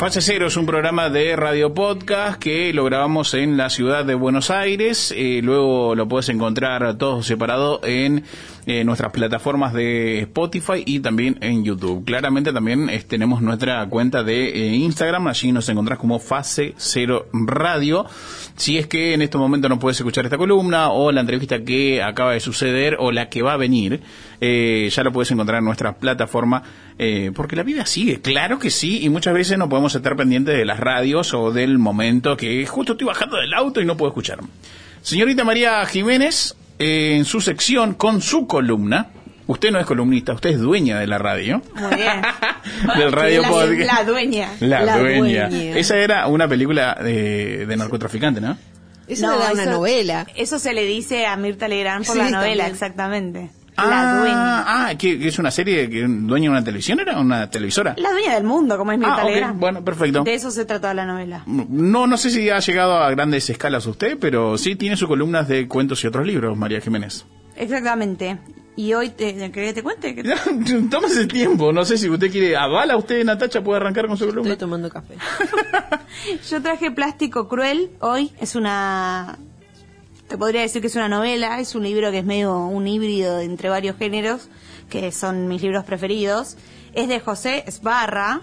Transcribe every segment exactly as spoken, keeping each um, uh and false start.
Fase Cero es un programa de radio podcast que lo grabamos en la ciudad de Buenos Aires. Eh, luego lo puedes encontrar todo separado en eh, nuestras plataformas de Spotify y también en YouTube. Claramente también eh, tenemos nuestra cuenta de eh, Instagram. Allí nos encontrás como Fase Cero Radio. Si es que en este momento no puedes escuchar esta columna o la entrevista que acaba de suceder o la que va a venir, eh, ya lo puedes encontrar en nuestra plataforma, eh, porque la vida sigue, claro que sí, y muchas veces no podemos estar pendientes de las radios o del momento que justo estoy bajando del auto y no puedo escuchar. Señorita María Jiménez, eh, en su sección, con su columna, usted no es columnista, usted es dueña de la radio. Muy bien. Del radio la, podcast. La dueña. La, la dueña. dueña. Esa era una película de, de narcotraficante, ¿no? Eso no, era una eso, novela. Eso se le dice a Mirta Legrand por Sí, la novela, también. exactamente. Ah, la dueña. Ah, ¿que, que es una serie que dueña de una televisión? ¿Era una televisora? La dueña del mundo, como es Mirta Ah, ok, Legrand. bueno, perfecto. De eso se trata la novela. No, no sé si ha llegado a grandes escalas usted, pero sí tiene sus columnas de cuentos y otros libros, María Jiménez. Exactamente. Y hoy, te, ¿querés que te cuente? Que te... Tómese tiempo, no sé si usted quiere, avala usted, Natacha, puede arrancar con su columna. Estoy tomando café. Yo traje Plástico Cruel hoy, es una... Te podría decir que es una novela, es un libro que es medio un híbrido entre varios géneros, que son mis libros preferidos. Es de José Esbarra,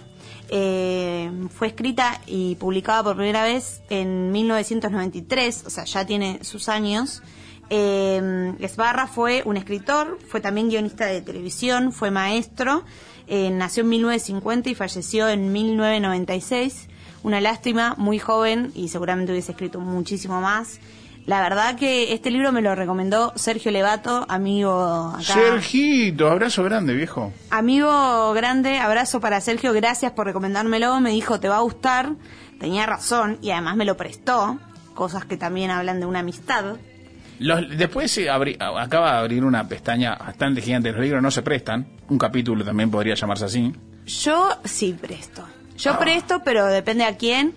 eh, fue escrita y publicada por primera vez en mil novecientos noventa y tres, o sea, ya tiene sus años. Eh, Esbarra fue un escritor, fue también guionista de televisión, fue maestro, eh, nació en mil novecientos cincuenta y falleció en mil novecientos noventa y seis. Una lástima, muy joven y seguramente hubiese escrito muchísimo más. La verdad que este libro me lo recomendó Sergio Levato, amigo acá. Sergito, abrazo grande, viejo. Amigo grande, abrazo para Sergio, gracias por recomendármelo. Me dijo, te va a gustar. Tenía razón y además me lo prestó. Cosas que también hablan de una amistad. Los, después se abri, acaba de abrir una pestaña bastante gigante. Los libros no se prestan. Un capítulo también podría llamarse así. Yo sí presto. Yo Ah. presto, pero depende a quién.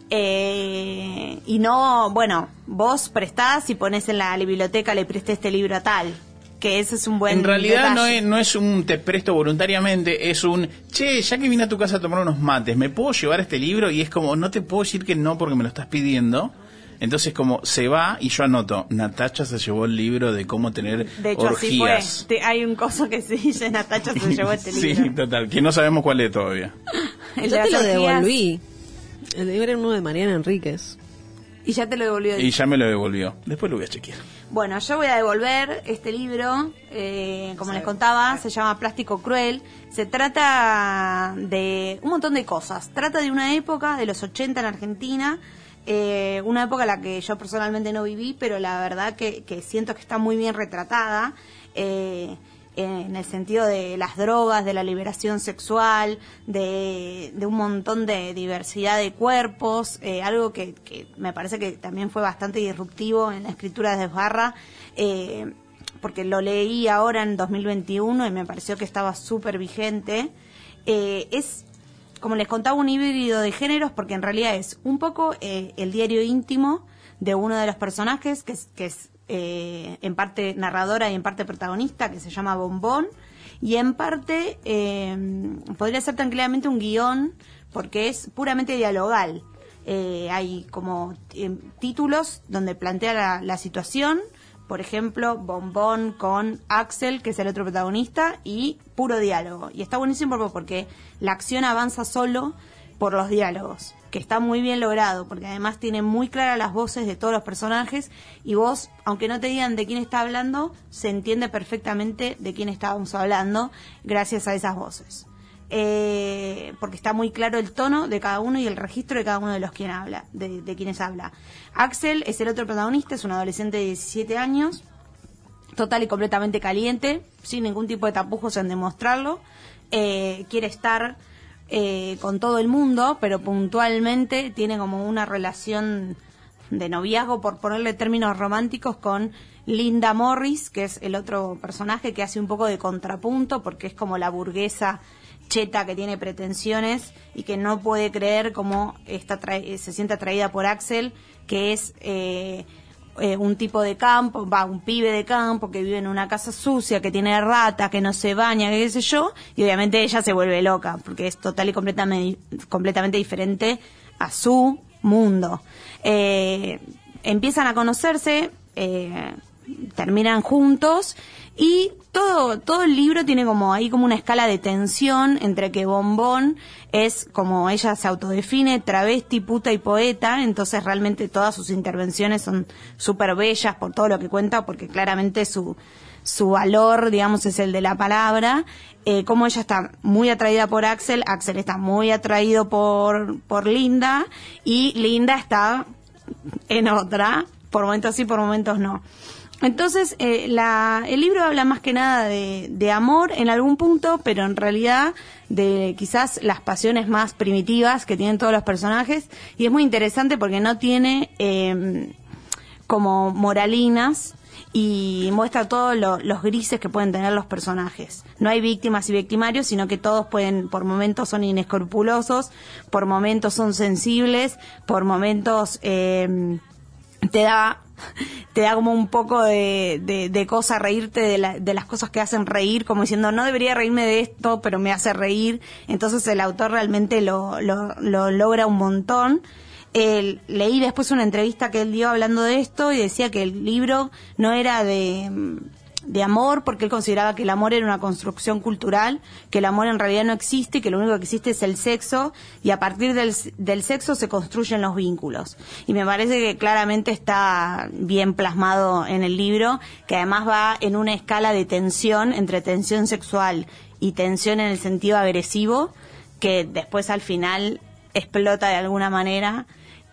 Eh, y no, bueno, vos prestás y ponés en la biblioteca, le presté este libro a tal. Que ese es un buen En realidad no detalle. es, no es un te presto voluntariamente, es un, che, ya que vine a tu casa a tomar unos mates, ¿me puedo llevar este libro? Y es como, no te puedo decir que no porque me lo estás pidiendo. Entonces como se va y yo anoto, Natacha se llevó el libro de cómo tener De hecho, orgías. así fue. Te- hay un coso que se dice, Natacha se llevó este libro. Sí, total, que no sabemos cuál es todavía. El Yo de te lo las orgías. devolví. El libro era uno de Mariana Enríquez. Y ya te lo devolvió. Y ya me lo devolvió. Después lo voy a chequear. Bueno, yo voy a devolver este libro, eh, como les contaba, se llama Plástico Cruel. Se trata de un montón de cosas. Trata de una época, de los ochenta en Argentina, eh, una época en la que yo personalmente no viví, pero la verdad que, que siento que está muy bien retratada. Eh, en el sentido de las drogas, de la liberación sexual, de, de un montón de diversidad de cuerpos, eh, algo que, que me parece que también fue bastante disruptivo en la escritura de Esbarra, eh, porque lo leí ahora en dos mil veintiuno y me pareció que estaba súper vigente. Eh, es, como les contaba, un híbrido de géneros, porque en realidad es un poco eh, el diario íntimo de uno de los personajes, que es, que es Eh, en parte narradora y en parte protagonista, que se llama Bombón, y en parte eh, podría ser tranquilamente un guión, porque es puramente dialogal. Eh, hay como eh, títulos donde plantea la, la situación, por ejemplo, Bombón con Axel, que es el otro protagonista, y puro diálogo. Y está buenísimo porque la acción avanza solo por los diálogos, que está muy bien logrado, porque además tiene muy claras las voces de todos los personajes, y vos, aunque no te digan de quién está hablando, se entiende perfectamente de quién estábamos hablando gracias a esas voces. Eh, porque está muy claro el tono de cada uno y el registro de cada uno de los quien habla, de, de quienes habla. Axel es el otro protagonista, es un adolescente de diecisiete años, total y completamente caliente, sin ningún tipo de tapujos en demostrarlo. Eh, quiere estar Eh, con todo el mundo, pero puntualmente tiene como una relación de noviazgo, por ponerle términos románticos, con Linda Morris, que es el otro personaje que hace un poco de contrapunto, porque es como la burguesa cheta que tiene pretensiones y que no puede creer cómo está tra- se siente atraída por Axel, que es eh, eh, un tipo de campo, va, un pibe de campo que vive en una casa sucia, que tiene ratas, que no se baña, que qué sé yo, y obviamente ella se vuelve loca, porque es total y completamente, completamente diferente a su mundo. Eh, empiezan a conocerse, eh, terminan juntos, y todo todo el libro tiene como ahí como una escala de tensión entre que Bombón es, como ella se autodefine, travesti, puta y poeta, entonces realmente todas sus intervenciones son súper bellas por todo lo que cuenta, porque claramente su su valor, digamos, es el de la palabra, eh, como ella está muy atraída por Axel, Axel está muy atraído por, por Linda, y Linda está en otra, por momentos sí, por momentos no. Entonces, eh, la, el libro habla más que nada de, de amor en algún punto, pero en realidad de quizás las pasiones más primitivas que tienen todos los personajes, y es muy interesante porque no tiene eh, como moralinas, y muestra todos lo, los grises que pueden tener los personajes. No hay víctimas y victimarios, sino que todos pueden, por momentos son inescrupulosos, por momentos son sensibles, por momentos eh, te da te da como un poco de, de, de cosa reírte de, la, de las cosas que hacen reír, como diciendo, no debería reírme de esto, pero me hace reír. Entonces el autor realmente lo, lo, lo logra un montón. Eh, leí después una entrevista que él dio hablando de esto y decía que el libro no era de, de amor, porque él consideraba que el amor era una construcción cultural, que el amor en realidad no existe, que lo único que existe es el sexo, y a partir del, del sexo se construyen los vínculos. Y me parece que claramente está bien plasmado en el libro, que además va en una escala de tensión, entre tensión sexual y tensión en el sentido agresivo, que después al final explota de alguna manera,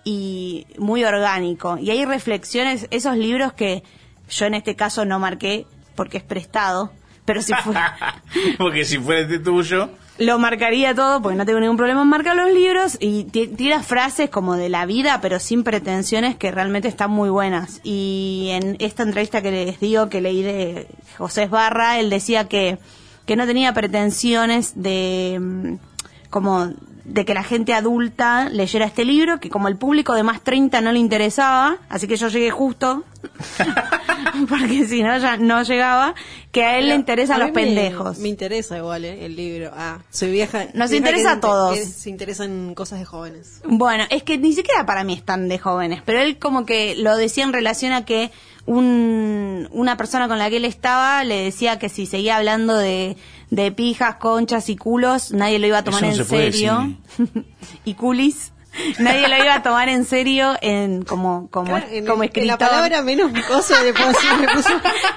y muy orgánico. Y hay reflexiones, esos libros que yo en este caso no marqué porque es prestado, pero si fuera porque si fuera este tuyo lo marcaría todo, porque no tengo ningún problema en marcar los libros, y t- tira frases como de la vida, pero sin pretensiones, que realmente están muy buenas. Y en esta entrevista que les digo, que leí de José Esbarra, él decía que, que no tenía pretensiones de como de que la gente adulta leyera este libro, que como el público de más treinta no le interesaba, así que yo llegué justo, porque si no ya no llegaba, que a él Pero le interesan a los mí me- pendejos. Me interesa igual, ¿eh? El libro. Ah, soy vieja. Nos vieja interesa que- a todos. que se interesan cosas de jóvenes. Bueno, es que ni siquiera para mí están de jóvenes, pero él como que lo decía en relación a que un, una persona con la que él estaba le decía que si seguía hablando de, de pijas, conchas y culos, nadie lo iba a tomar Eso no en se puede serio. Y culis. Nadie lo iba a tomar en serio en como como Claro, en, como en escritor. la palabra menos cosa de puedo decir, me puso.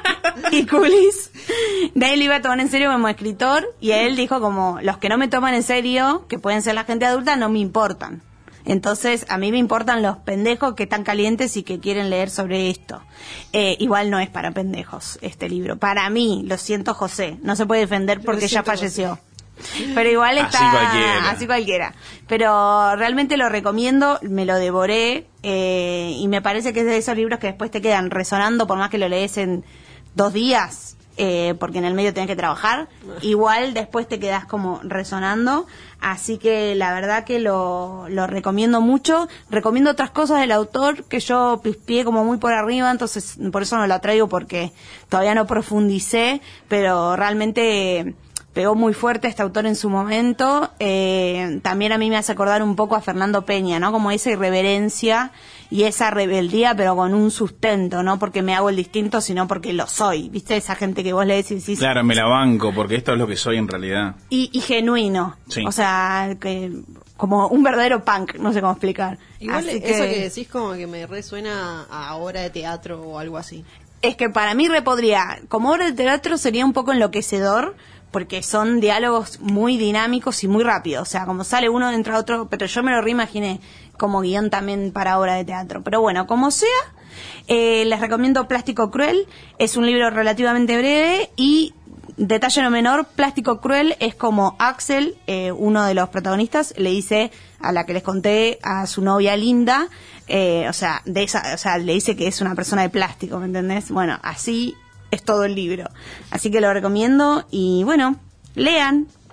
Y culis. Nadie lo iba a tomar en serio como escritor, y él dijo como, los que no me toman en serio, que pueden ser la gente adulta, no me importan. Entonces, a mí me importan los pendejos que están calientes y que quieren leer sobre esto. Eh, igual no es para pendejos este libro. Para mí, lo siento, José, no se puede defender porque ya siento, falleció. Pero igual está Así cualquiera. así cualquiera. Pero realmente lo recomiendo, me lo devoré, eh, y me parece que es de esos libros que después te quedan resonando, por más que lo lees en dos días, eh, porque en el medio tenés que trabajar, igual después te quedás como resonando. Así que la verdad que lo, lo recomiendo mucho. Recomiendo otras cosas del autor que yo pispié como muy por arriba, entonces por eso no lo traigo, porque todavía no profundicé, pero realmente pegó muy fuerte este autor en su momento. Eh, también a mí me hace acordar un poco a Fernando Peña, ¿no? Como esa irreverencia y esa rebeldía, pero con un sustento, no porque me hago el distinto, sino porque lo soy. ¿Viste? Esa gente que vos lees y decís... claro, me la banco, porque esto es lo que soy en realidad. Y, y genuino. Sí. O sea, que como un verdadero punk, no sé cómo explicar. Igual Así eso que decís como que me resuena a obra de teatro o algo así. Es que para mí repodría, como obra de teatro sería un poco enloquecedor, porque son diálogos muy dinámicos y muy rápidos, o sea, como sale uno dentro de otro, pero yo me lo reimaginé como guión también para obra de teatro. Pero bueno, como sea, eh, les recomiendo Plástico Cruel, es un libro relativamente breve, y detalle no menor, Plástico Cruel es como Axel, eh, uno de los protagonistas, le dice a la que les conté, a su novia Linda, eh, o sea, de esa, o sea, le dice que es una persona de plástico, ¿me entendés? Bueno, así es todo el libro. Así que lo recomiendo y bueno, lean.